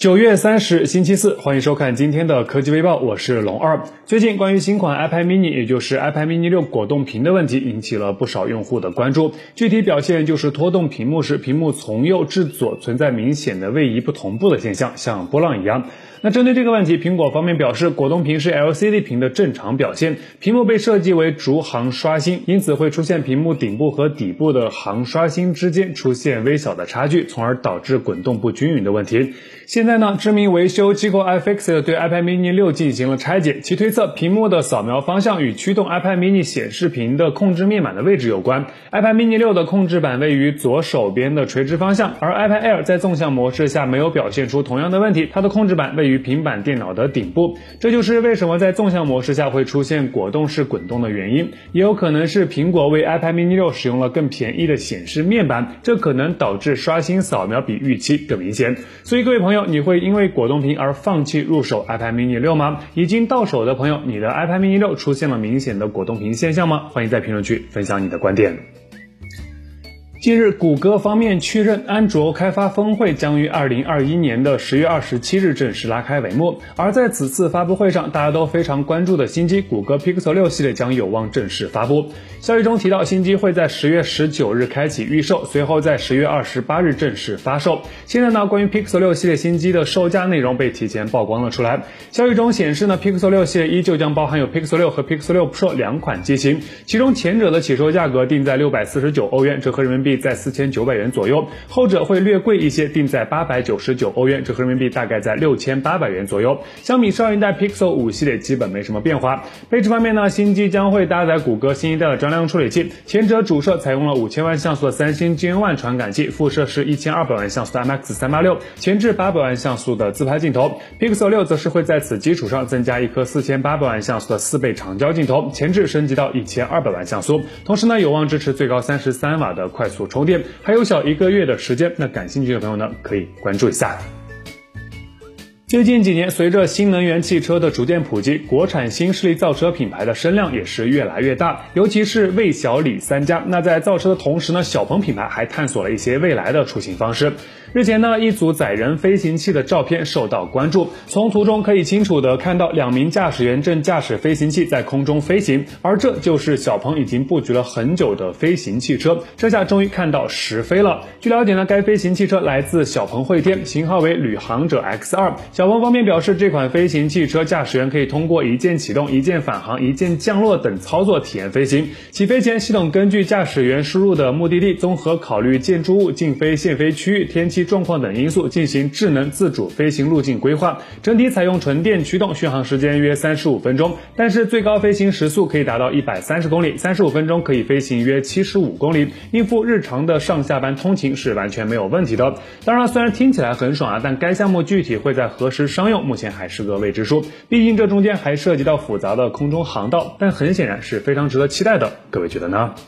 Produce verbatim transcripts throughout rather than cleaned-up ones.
九月三十星期四，欢迎收看今天的科技微报，我是龙二。最近关于新款 iPad mini 也就是 iPad mini 六果冻屏的问题引起了不少用户的关注。具体表现就是拖动屏幕时，屏幕从右至左存在明显的位移不同步的现象，像波浪一样。那针对这个问题，苹果方面表示，果冻屏是 L C D 屏的正常表现，屏幕被设计为逐行刷新，因此会出现屏幕顶部和底部的行刷新之间出现微小的差距，从而导致滚动不均匀的问题。现在呢，知名维修机构 iFixit 对 iPad mini 六进行了拆解，其推测屏幕的扫描方向与驱动 iPad mini 显示屏的控制面板的位置有关。iPad mini 六的控制板位于左手边的垂直方向，而 iPad Air 在纵向模式下没有表现出同样的问题，它的控制板位于平板电脑的顶部，这就是为什么在纵向模式下会出现果冻式滚动的原因。也有可能是苹果为 iPad mini 六使用了更便宜的显示面板，这可能导致刷新扫描比预期更明显。所以各位朋友，你会因为果冻屏而放弃入手 iPad mini 六吗？已经到手的朋友，你的 iPad mini 六出现了明显的果冻屏现象吗？欢迎在评论区分享你的观点。近日，谷歌方面确认，安卓开发峰会将于二零二一年的十月二十七日正式拉开帷幕。而在此次发布会上，大家都非常关注的新机谷歌 Pixel 六系列将有望正式发布。消息中提到，新机会在十月十九日开启预售，随后在十月二十八日正式发售。现在呢，关于 Pixel 六系列新机的售价内容被提前曝光了出来。消息中显示呢 ，Pixel 六系列依旧将包含有 Pixel 六和 Pixel 六 Pro 两款机型，其中前者的起售价格定在六百四十九欧元，折合人民币在四千九百元左右，后者会略贵一些，定在八百九十九欧元，折合人民币大概在六千八百元左右。相比上一代 Pixel 五系列基本没什么变化。配置方面呢，新机将会搭载谷歌新一代的张量处理器，前者主摄采用了五千万像素的三星 G N 一 传感器，副摄是一千二百万像素的 I M X 三八六，前置八百万像素的自拍镜头。Pixel 六则是会在此基础上增加一颗四千八百万像素的四倍长焦镜头，前置升级到一千二百万像素，同时呢有望支持最高三十三瓦的快速充电，还有小一个月的时间，那感兴趣的朋友呢可以关注一下。最近几年，随着新能源汽车的逐渐普及，国产新势力造车品牌的声量也是越来越大，尤其是魏小李三家。那在造车的同时呢，小鹏品牌还探索了一些未来的出行方式。日前呢，一组载人飞行器的照片受到关注，从图中可以清楚地看到两名驾驶员正驾驶飞行器在空中飞行，而这就是小鹏已经布局了很久的飞行汽车，这下终于看到实飞了。据了解呢，该飞行汽车来自小鹏汇天，型号为旅行者 X 二。小鹏方面表示，这款飞行汽车驾驶员可以通过一键启动、一键返航、一键降落等操作体验飞行。起飞前，系统根据驾驶员输入的目的地，综合考虑建筑物、禁飞限飞区域、天气状况等因素，进行智能自主飞行路径规划。整体采用纯电驱动，续航时间约三十五分钟，但是最高飞行时速可以达到一百三十公里，三十五分钟可以飞行约七十五公里，应付日常的上下班通勤是完全没有问题的。当然，虽然听起来很爽啊，但该项目具体会在何时商用，目前还是个未知数。毕竟这中间还涉及到复杂的空中航道，但很显然是非常值得期待的。各位觉得呢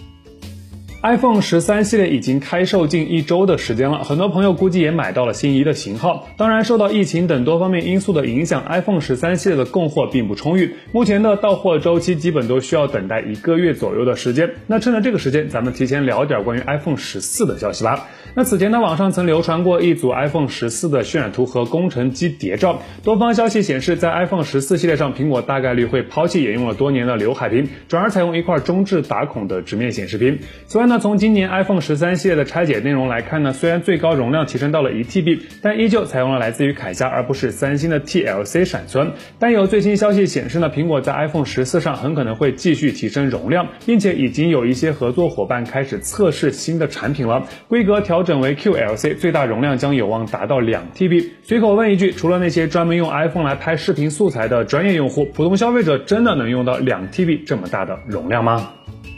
？iPhone 十三系列已经开售近一周的时间了，很多朋友估计也买到了心仪的型号。当然，受到疫情等多方面因素的影响， iPhone 十三系列的供货并不充裕，目前的到货周期基本都需要等待一个月左右的时间。那趁着这个时间，咱们提前聊点关于 iPhone 十四的消息吧。那此前呢，网上曾流传过一组 iPhone 十四的渲染图和工程机谍照，多方消息显示，在 iPhone 十四系列上，苹果大概率会抛弃沿用了多年的刘海屏，转而采用一块中置打孔的直面显示屏。此外呢，从今年 iPhone 十三系列的拆解内容来看呢，虽然最高容量提升到了 一 T B， 但依旧采用了来自于凯霞而不是三星的 T L C 闪存。但有最新消息显示呢，苹果在 iPhone 十四上很可能会继续提升容量，并且已经有一些合作伙伴开始测试新的产品了，规格调整为 Q L C， 最大容量将有望达到 两 T B。 随口问一句，除了那些专门用 iPhone 来拍视频素材的专业用户，普通消费者真的能用到 两 T B 这么大的容量吗？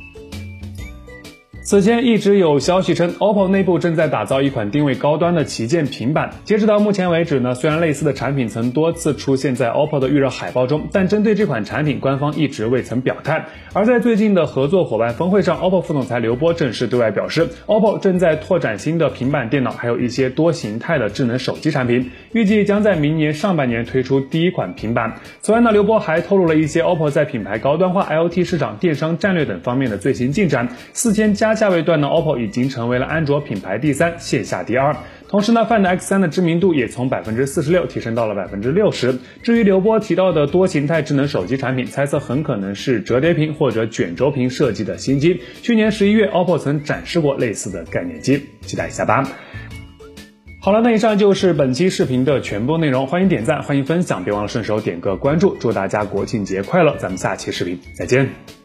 此前一直有消息称 O P P O 内部正在打造一款定位高端的旗舰平板。截止到目前为止呢，虽然类似的产品曾多次出现在 O P P O 的预热海报中，但针对这款产品官方一直未曾表态。而在最近的合作伙伴峰会上， O P P O 副总裁刘波正式对外表示， O P P O 正在拓展新的平板电脑，还有一些多形态的智能手机产品，预计将在明年上半年推出第一款平板。此外呢，刘波还透露了一些 O P P O 在品牌高端化、I O T 市场、电商战略等方面的最新进展。四千加价位段的 O P P O 已经成为了安卓品牌第三，线下第二。 同时呢 Find X 三 的知名度也从 百分之四十六 提升到了 百分之六十。至于刘波提到的多形态智能手机产品，猜测很可能是折叠屏或者卷轴屏设计的新机。去年十一月 O P P O 曾展示过类似的概念机，期待一下吧。好了，那以上就是本期视频的全部内容，欢迎点赞，欢迎分享，别忘了顺手点个关注，祝大家国庆节快乐，咱们下期视频再见。